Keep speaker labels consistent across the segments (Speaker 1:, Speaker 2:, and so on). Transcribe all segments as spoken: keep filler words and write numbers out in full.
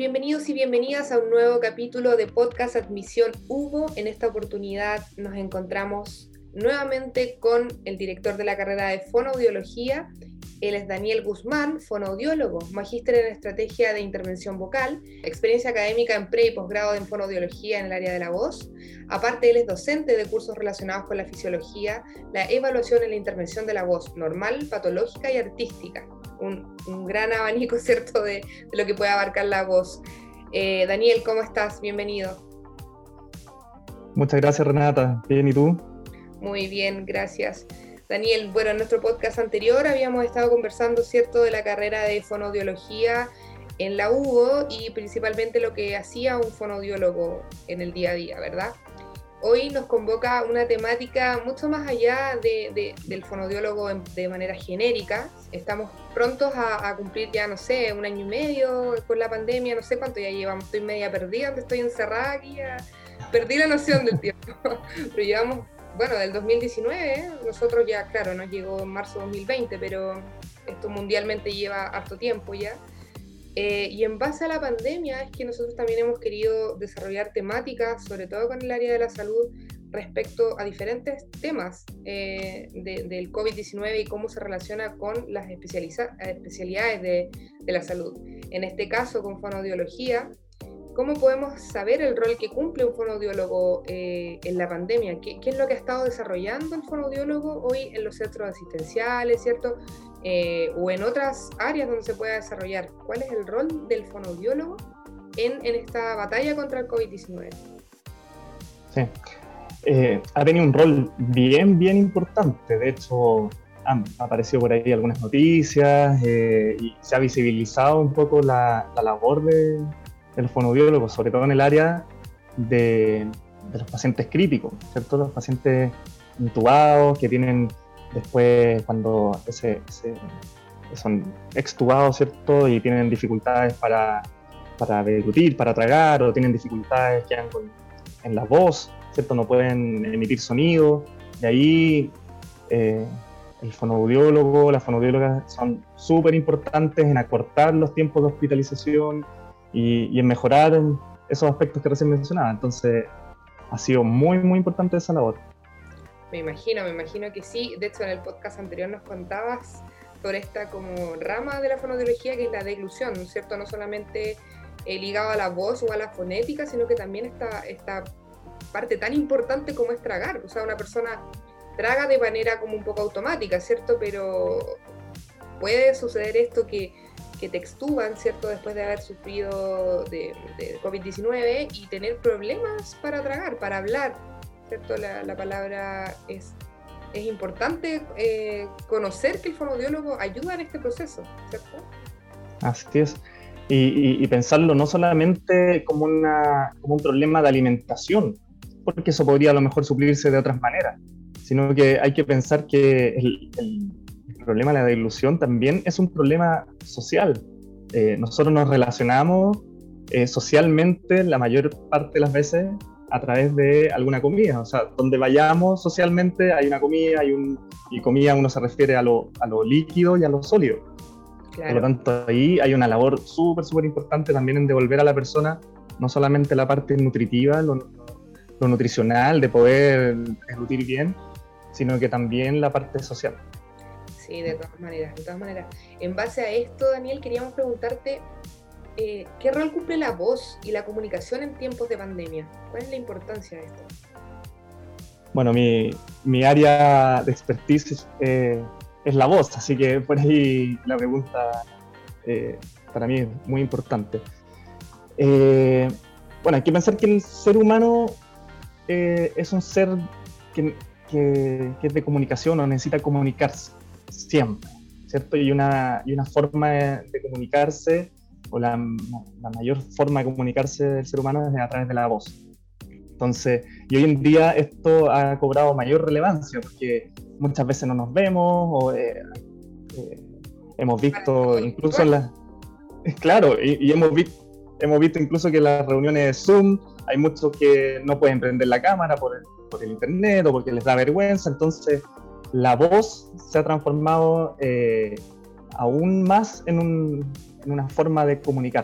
Speaker 1: Bienvenidos y bienvenidas a un nuevo capítulo de Podcast Admisión Hugo. En esta oportunidad nos encontramos nuevamente con el director de la carrera de Fonoaudiología. Él es Daniel Guzmán, fonoaudiólogo, magíster en estrategia de intervención vocal, experiencia académica en pre y posgrado en fonoaudiología en el área de la voz. Aparte, él es docente de cursos relacionados con la fisiología, la evaluación en la intervención de la voz normal, patológica y artística. Un, un gran abanico, ¿cierto?, de, de lo que puede abarcar la voz. Eh, Daniel, ¿cómo estás? Bienvenido.
Speaker 2: Muchas gracias, Renata. Bien, ¿y tú?
Speaker 1: Muy bien, gracias. Daniel, bueno, en nuestro podcast anterior habíamos estado conversando, ¿cierto?, de la carrera de fonoaudiología en la UBO y principalmente lo que hacía un fonoaudiólogo en el día a día, ¿verdad? Hoy nos convoca una temática mucho más allá de, de, del fonoaudiólogo en, de manera genérica. Estamos prontos a, a cumplir ya, no sé, un año y medio con la pandemia, no sé cuánto ya llevamos, estoy media perdida, estoy encerrada aquí, ya perdí la noción del tiempo, pero llevamos... Bueno, del dos mil diecinueve, ¿eh? Nosotros ya, claro, nos llegó en marzo de dos mil veinte, pero esto mundialmente lleva harto tiempo ya. Eh, y en base a la pandemia es que nosotros también hemos querido desarrollar temáticas, sobre todo con el área de la salud, respecto a diferentes temas eh, de, del COVID diecinueve y cómo se relaciona con las especialidades de, de la salud. En este caso, con fonoaudiología. ¿Cómo podemos saber el rol que cumple un fonoaudiólogo eh, en la pandemia? ¿Qué, ¿Qué es lo que ha estado desarrollando el fonoaudiólogo hoy en los centros asistenciales, ¿cierto? Eh, o en otras áreas donde se pueda desarrollar. ¿Cuál es el rol del fonoaudiólogo en, en esta batalla contra el COVID diecinueve?
Speaker 2: Sí, eh, ha tenido un rol bien, bien importante. De hecho, han aparecido por ahí algunas noticias eh, y se ha visibilizado un poco la, la labor de... el fonoaudiólogo, sobre todo en el área de, de los pacientes críticos, ¿cierto? Los pacientes intubados que tienen después, cuando ese, ese, son extubados, ¿cierto? Y tienen dificultades para, para deglutir, para tragar, o tienen dificultades que con, en la voz, ¿cierto? No pueden emitir sonido, y ahí eh, el fonoaudiólogo, las fonoaudiólogas son súper importantes en acortar los tiempos de hospitalización Y, y en mejorar en esos aspectos que recién mencionaba. Entonces, ha sido muy, muy importante esa labor.
Speaker 1: Me imagino, me imagino que sí. De hecho, en el podcast anterior nos contabas sobre esta como rama de la fonoaudiología que es la deglución, ¿no es cierto? No solamente eh, ligado a la voz o a la fonética, sino que también esta, esta parte tan importante como es tragar. O sea, una persona traga de manera como un poco automática, ¿cierto? Pero puede suceder esto que que te extuban, ¿cierto?, después de haber sufrido de, de COVID diecinueve y tener problemas para tragar, para hablar, ¿cierto? La, la palabra es, es importante eh, conocer que el fonoaudiólogo ayuda en este proceso, ¿cierto?
Speaker 2: Así es. Y, y, y pensarlo no solamente como, una, como un problema de alimentación, porque eso podría a lo mejor suplirse de otras maneras, sino que hay que pensar que el, el El problema de la deglución también es un problema social. Eh, nosotros nos relacionamos eh, socialmente la mayor parte de las veces a través de alguna comida. O sea, donde vayamos socialmente hay una comida, hay un, y comida uno se refiere a lo, a lo líquido y a lo sólido. Claro. Por lo tanto, ahí hay una labor súper, súper importante también en devolver a la persona no solamente la parte nutritiva, lo, lo nutricional, de poder deglutir bien, sino que también la parte social.
Speaker 1: Sí, de todas maneras, de todas maneras. En base a esto, Daniel, queríamos preguntarte eh, ¿qué rol cumple la voz y la comunicación en tiempos de pandemia? ¿Cuál es la importancia de esto?
Speaker 2: Bueno, mi, mi área de expertise eh, es la voz, así que por ahí la pregunta eh, para mí es muy importante. Eh, bueno, hay que pensar que el ser humano eh, es un ser que, que, que es de comunicación o necesita comunicarse siempre, ¿cierto? Y una, y una forma de, de comunicarse, o la, la mayor forma de comunicarse del ser humano es a través de la voz. Entonces, y hoy en día esto ha cobrado mayor relevancia, porque muchas veces no nos vemos, o eh, eh, hemos visto incluso en las... Claro, y, y hemos, vi, hemos visto incluso que en las reuniones de Zoom hay muchos que no pueden prender la cámara por el, por el internet o porque les da vergüenza. Entonces, la voz se ha transformado eh, aún más en, un, en una forma de comunicarse.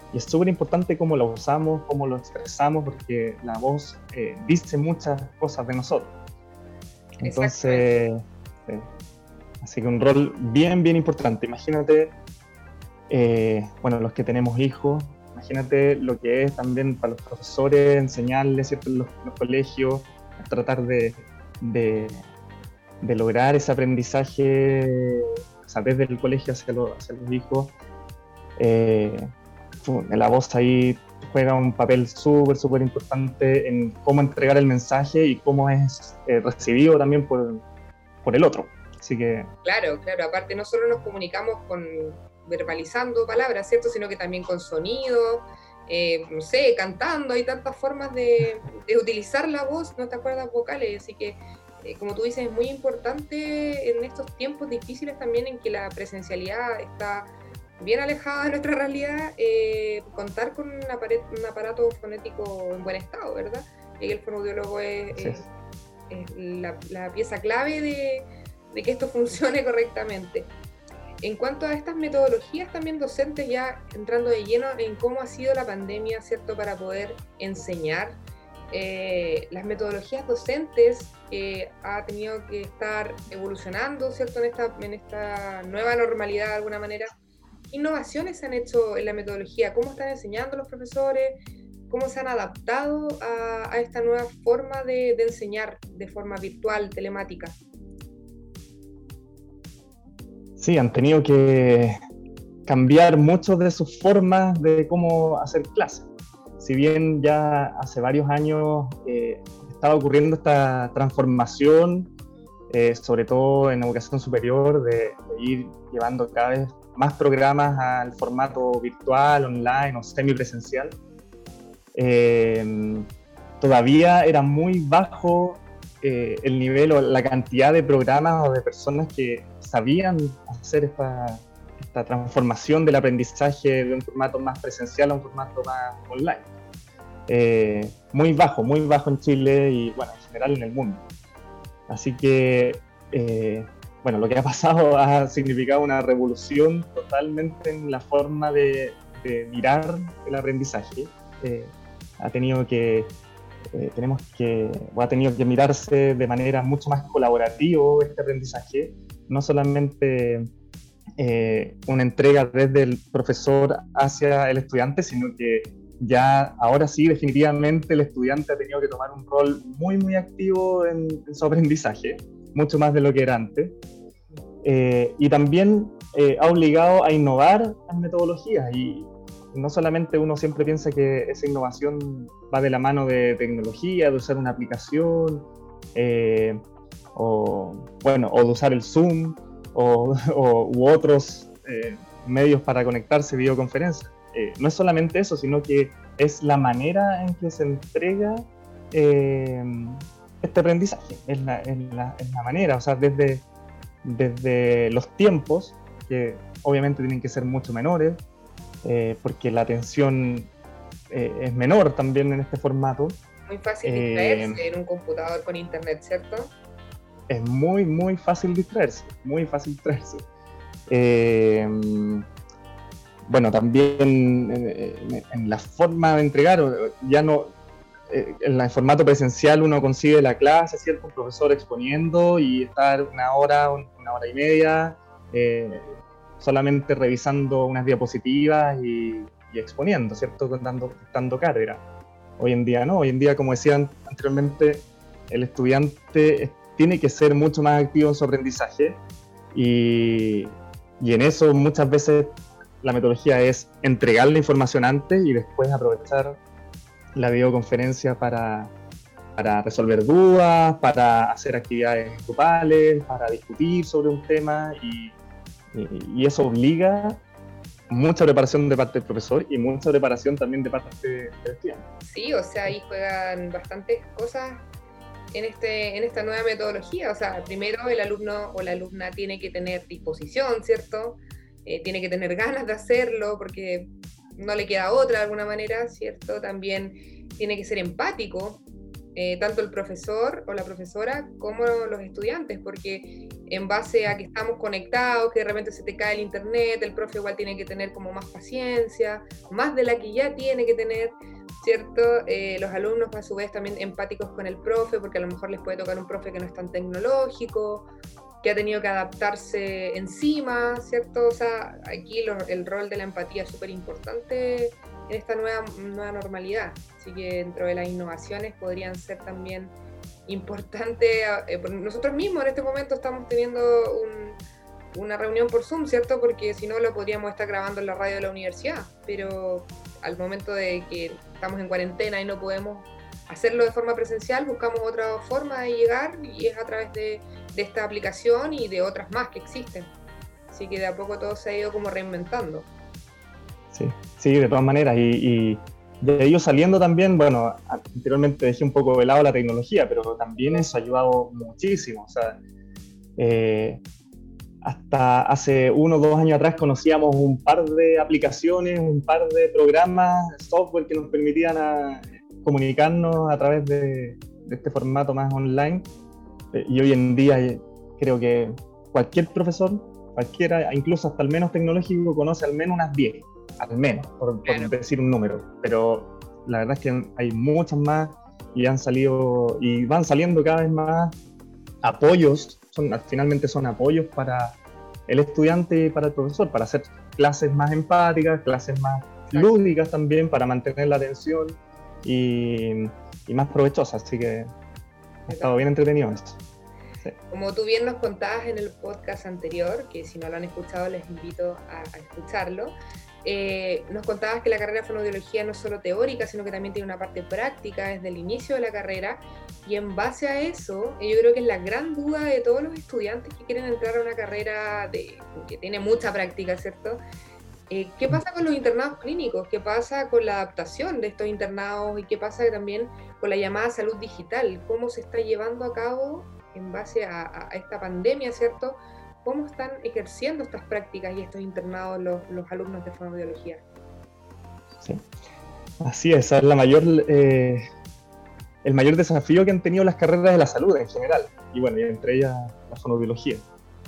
Speaker 2: y es súper importante cómo lo usamos, cómo lo expresamos, porque la voz eh, dice muchas cosas de nosotros. Entonces, eh, así que un rol bien, bien importante. Imagínate, eh, bueno, los que tenemos hijos, imagínate lo que es también para los profesores enseñarles, ¿cierto?, en los, los colegios, tratar de, de, de lograr ese aprendizaje, o sea, desde el colegio hacia, lo, hacia los hijos. Eh, la voz ahí juega un papel súper, súper importante en cómo entregar el mensaje y cómo es eh, recibido también por, por el otro. Así que...
Speaker 1: Claro, claro, aparte no solo nos comunicamos con verbalizando palabras, ¿cierto?, sino que también con sonido, eh, no sé, cantando, hay tantas formas de, de utilizar la voz, nuestras cuerdas vocales, así que, eh, como tú dices, es muy importante en estos tiempos difíciles también en que la presencialidad está bien alejada de nuestra realidad, eh, contar con un, aparat un aparato fonético en buen estado, ¿verdad? Y el fonoaudiólogo es, sí. es, es la, la pieza clave de, de que esto funcione correctamente. En cuanto a estas metodologías también docentes, ya entrando de lleno en cómo ha sido la pandemia, ¿cierto?, para poder enseñar, eh, las metodologías docentes eh, ha tenido que estar evolucionando, ¿cierto?, en esta, en esta nueva normalidad de alguna manera. ¿Qué innovaciones se han hecho en la metodología? ¿Cómo están enseñando los profesores? ¿Cómo se han adaptado a, a esta nueva forma de, de enseñar de forma virtual, telemática?
Speaker 2: Sí, han tenido que cambiar muchas de sus formas de cómo hacer clases. Si bien ya hace varios años eh, estaba ocurriendo esta transformación, eh, sobre todo en educación superior, de, de ir llevando cada vez más programas al formato virtual, online o semipresencial, eh, todavía era muy bajo eh, el nivel o la cantidad de programas o de personas que sabían hacer esta, esta transformación del aprendizaje de un formato más presencial a un formato más online. Eh, muy bajo, muy bajo en Chile y, bueno, en general en el mundo. Así que, eh, bueno, lo que ha pasado ha significado una revolución totalmente en la forma de, de mirar el aprendizaje. Eh, ha tenido que, eh, tenemos que, o ha tenido que mirarse de manera mucho más colaborativa este aprendizaje, no solamente eh, una entrega desde el profesor hacia el estudiante, sino que ya ahora sí, definitivamente el estudiante ha tenido que tomar un rol muy, muy activo en, en su aprendizaje, mucho más de lo que era antes. Eh, y también eh, ha obligado a innovar las metodologías, y no solamente uno siempre piensa que esa innovación va de la mano de tecnología, de usar una aplicación, eh, o, bueno, o de usar el Zoom o, o, u otros eh, medios para conectarse, videoconferencias. Eh, no es solamente eso, sino que es la manera en que se entrega eh, este aprendizaje, es la, es, la, es la manera, o sea, desde desde los tiempos, que obviamente tienen que ser mucho menores, eh, porque la atención eh, es menor también en este formato.
Speaker 1: Muy fácil distraerse eh, en un computador con internet, ¿cierto?
Speaker 2: Es muy, muy fácil distraerse, muy fácil distraerse. Eh, bueno, también en, en la forma de entregar, ya no... en el formato presencial uno consigue la clase, ¿cierto?, un profesor exponiendo y estar una hora, una hora y media eh, solamente revisando unas diapositivas y, y exponiendo, ¿cierto?, dando, dando cátedra. Hoy en día no, hoy en día, como decían anteriormente, el estudiante tiene que ser mucho más activo en su aprendizaje, y, y en eso muchas veces la metodología es entregar la información antes y después aprovechar la videoconferencia para, para resolver dudas, para hacer actividades grupales, para discutir sobre un tema, y, y, y eso obliga mucha preparación de parte del profesor y mucha preparación también de parte del estudiante.
Speaker 1: Sí, o sea, ahí juegan bastantes cosas en, este, en esta nueva metodología. O sea, primero el alumno o la alumna tiene que tener disposición, ¿cierto? Eh, tiene que tener ganas de hacerlo porque no le queda otra de alguna manera, ¿cierto? También tiene que ser empático, eh, tanto el profesor o la profesora como los estudiantes, porque en base a que estamos conectados, que de repente se te cae el internet, el profe igual tiene que tener como más paciencia, más de la que ya tiene que tener, ¿cierto? Eh, los alumnos a su vez también empáticos con el profe, porque a lo mejor les puede tocar un profe que no es tan tecnológico, que ha tenido que adaptarse encima, ¿cierto? O sea, aquí lo, el rol de la empatía es súper importante en esta nueva, nueva normalidad. Así que dentro de las innovaciones podrían ser también importantes. Eh, nosotros mismos en este momento estamos teniendo un, una reunión por Zoom, ¿cierto? Porque si no lo podríamos estar grabando en la radio de la universidad, pero al momento de que estamos en cuarentena y no podemos hacerlo de forma presencial, buscamos otra forma de llegar y es a través de, de esta aplicación y de otras más que existen. Así que de a poco todo se ha ido como reinventando.
Speaker 2: Sí, sí, de todas maneras. Y, y de ello saliendo también, bueno, anteriormente dejé un poco de lado la tecnología, pero también eso ha ayudado muchísimo. O sea, eh, hasta hace uno o dos años atrás conocíamos un par de aplicaciones, un par de programas, software que nos permitían a, comunicarnos a través de, de este formato más online. Eh, y hoy en día creo que cualquier profesor, cualquiera, incluso hasta el menos tecnológico, conoce al menos unas diez, al menos, por,
Speaker 1: Claro.
Speaker 2: por decir un número. Pero la verdad es que hay muchas más y han salido y van saliendo cada vez más apoyos, son, finalmente son apoyos para el estudiante y para el profesor, para hacer clases más empáticas, clases más Exacto. lúdicas también, para mantener la atención y, y más provechosas, así que ha estado bien entretenido esto. Sí.
Speaker 1: Como tú bien nos contabas en el podcast anterior, que si no lo han escuchado les invito a, a escucharlo, eh, nos contabas que la carrera de fonoaudiología no es solo teórica, sino que también tiene una parte práctica desde el inicio de la carrera, y en base a eso, yo creo que es la gran duda de todos los estudiantes que quieren entrar a una carrera de, que tiene mucha práctica, ¿cierto? Eh, ¿Qué pasa con los internados clínicos? ¿Qué pasa con la adaptación de estos internados? ¿Y qué pasa también con la llamada salud digital? ¿Cómo se está llevando a cabo en base a, a esta pandemia, ¿cierto? ¿Cómo están ejerciendo estas prácticas y estos internados los, los alumnos de fonoaudiología?
Speaker 2: Sí, así es, es la mayor, eh, el mayor desafío que han tenido las carreras de la salud en general, y bueno, y entre ellas la fonoaudiología.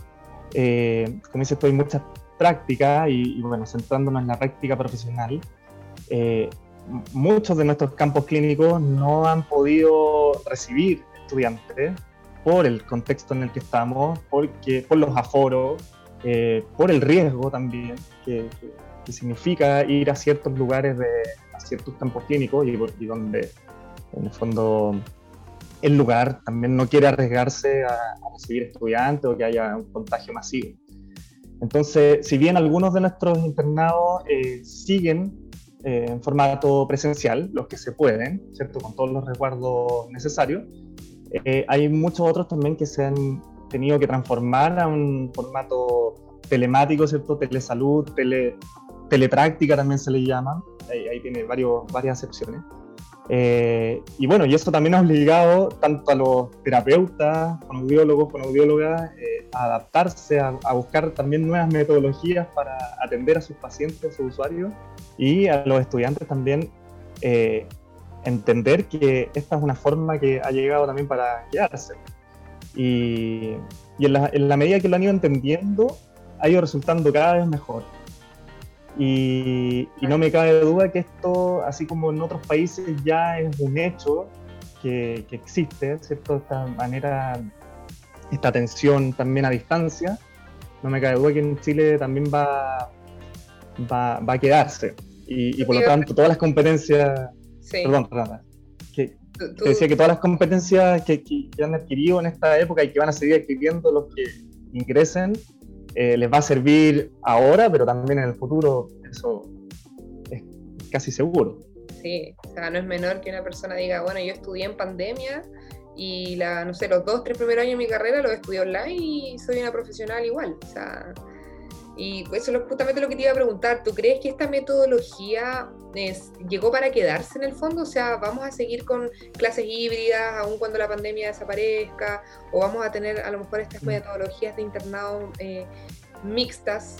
Speaker 2: Eh, como dices, hay muchas prácticas y, y bueno, centrándonos en la práctica profesional, eh, muchos de nuestros campos clínicos no han podido recibir estudiantes por el contexto en el que estamos, porque, por los aforos, eh, por el riesgo también que, que, que significa ir a ciertos lugares, de, a ciertos campos clínicos y, y donde en el fondo el lugar también no quiere arriesgarse a, a recibir estudiantes o que haya un contagio masivo. Entonces, si bien algunos de nuestros internados eh, siguen eh, en formato presencial, los que se pueden, ¿cierto? Con todos los resguardos necesarios, eh, hay muchos otros también que se han tenido que transformar a un formato telemático, ¿cierto? Telesalud, tele, telepráctica también se le llama, ahí, ahí tiene varios, varias acepciones. Eh, y bueno, y eso también ha obligado tanto a los terapeutas, fonoaudiólogos, fonoaudiólogas, eh, a adaptarse, a, a buscar también nuevas metodologías para atender a sus pacientes, a sus usuarios, y a los estudiantes también eh, entender que esta es una forma que ha llegado también para quedarse. Y, y en, la, en la medida que lo han ido entendiendo, ha ido resultando cada vez mejor. Y, y no me cabe duda que esto, así como en otros países, ya es un hecho que, que existe, ¿cierto? Esta manera, esta atención también a distancia. No me cabe duda que en Chile también va, va, va a quedarse. Y, y por lo tanto, todas las competencias... Sí. Perdón, perdón. Que, ¿Tú, tú? Te decía que todas las competencias que, que, que han adquirido en esta época y que van a seguir adquiriendo los que ingresen, Eh, les va a servir ahora, pero también en el futuro, eso es casi seguro.
Speaker 1: Sí, o sea, no es menor que una persona diga, bueno, yo estudié en pandemia y la, no sé, los dos, tres primeros años de mi carrera los estudié online y soy una profesional igual. O sea, y eso es justamente lo que te iba a preguntar. ¿Tú crees que esta metodología es, llegó para quedarse en el fondo? O sea, ¿vamos a seguir con clases híbridas aun cuando la pandemia desaparezca? ¿O vamos a tener a lo mejor estas metodologías de internado eh, mixtas?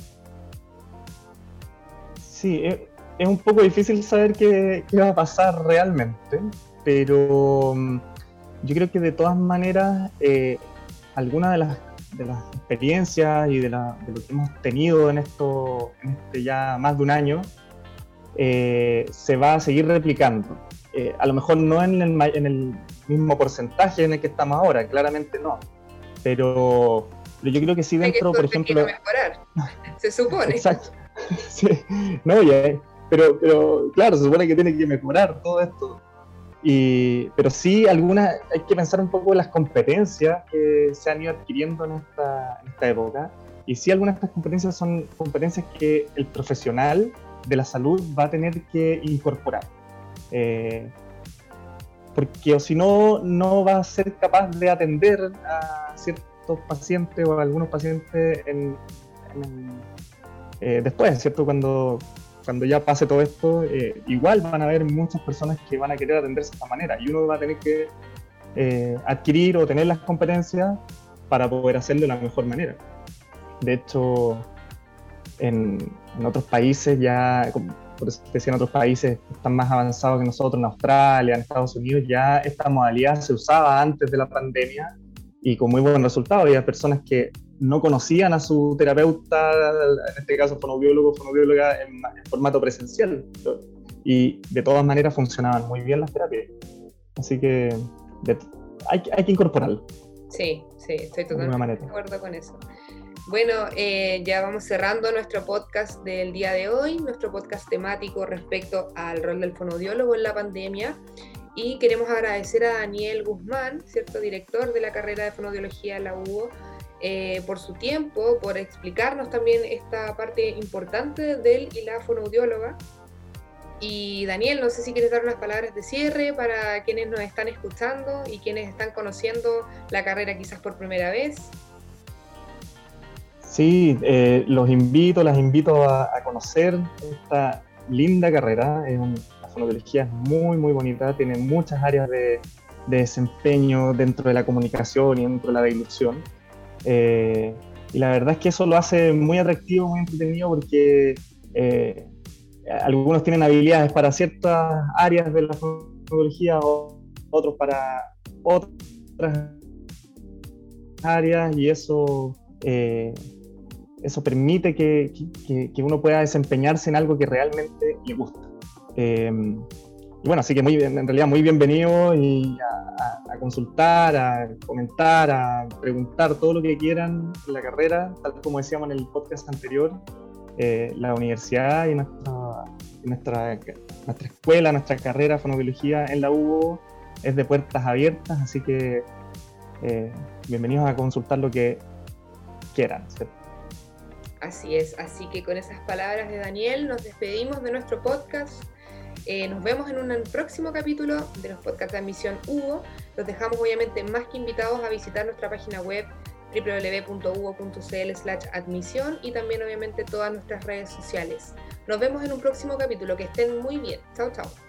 Speaker 2: Sí, es, es un poco difícil saber qué, qué va a pasar realmente, pero yo creo que de todas maneras, eh, algunas de las, de las experiencias y de, la, de lo que hemos tenido en esto, en este ya más de un año, eh, se va a seguir replicando. Eh, a lo mejor no en el, en el mismo porcentaje en el que estamos ahora, claramente no, pero, pero yo creo que sí dentro, por ejemplo...
Speaker 1: Hay que mejorar, se supone.
Speaker 2: Exacto. Sí. No, ya, pero, pero claro, se supone que tiene que mejorar todo esto. Y, pero sí, algunas, hay que pensar un poco en las competencias que se han ido adquiriendo en esta, en esta época. Y sí, algunas de estas competencias son competencias que el profesional de la salud va a tener que incorporar. Eh, porque o si no, no va a ser capaz de atender a ciertos pacientes o a algunos pacientes en, en, eh, después, ¿cierto? Cuando, cuando ya pase todo esto, eh, igual van a haber muchas personas que van a querer atenderse de esta manera y uno va a tener que eh, adquirir o tener las competencias para poder hacerlo de la mejor manera. De hecho, en, en otros países ya, por eso te decía, en otros países que están más avanzados que nosotros, en Australia, en Estados Unidos, ya esta modalidad se usaba antes de la pandemia y con muy buen resultado. Había personas que no conocían a su terapeuta, en este caso fonoaudiólogo, fonoaudióloga, en, en formato presencial. Y de todas maneras funcionaban muy bien las terapias. Así que de, hay, hay que incorporarlo.
Speaker 1: Sí, sí, estoy totalmente de acuerdo con eso. Bueno, eh, ya vamos cerrando nuestro podcast del día de hoy, nuestro podcast temático respecto al rol del fonoaudiólogo en la pandemia. Y queremos agradecer a Daniel Guzmán, ¿cierto? Director de la carrera de fonoaudiología de la U O, eh, por su tiempo, por explicarnos también esta parte importante del y la fonoaudióloga. Y Daniel, no sé si quieres dar unas palabras de cierre para quienes nos están escuchando y quienes están conociendo la carrera quizás por primera vez.
Speaker 2: Sí, eh, los invito, las invito a, a conocer esta linda carrera. Es un, la fonoaudiología es muy, muy bonita, tiene muchas áreas de, de desempeño dentro de la comunicación y dentro de la dilución. Eh, y la verdad es que eso lo hace muy atractivo, muy entretenido, porque eh, algunos tienen habilidades para ciertas áreas de la fonoaudiología, otros para otras áreas, y eso... Eh, eso permite que, que, que uno pueda desempeñarse en algo que realmente le gusta. Eh, y bueno, así que muy bien, en realidad muy bienvenido y a, a, a consultar, a comentar, a preguntar todo lo que quieran en la carrera, tal como decíamos en el podcast anterior. Eh, la universidad y nuestra, nuestra, nuestra escuela, nuestra carrera fonoaudiología en la U O es de puertas abiertas, así que eh, bienvenidos a consultar lo que quieran, ¿cierto?
Speaker 1: Así es, así que con esas palabras de Daniel nos despedimos de nuestro podcast. Eh, nos vemos en un próximo capítulo de los podcasts de Admisión U O. Los dejamos obviamente más que invitados a visitar nuestra página web doble u doble u doble u punto u o punto c l slash admisión y también obviamente todas nuestras redes sociales. Nos vemos en un próximo capítulo, que estén muy bien. Chao, chao.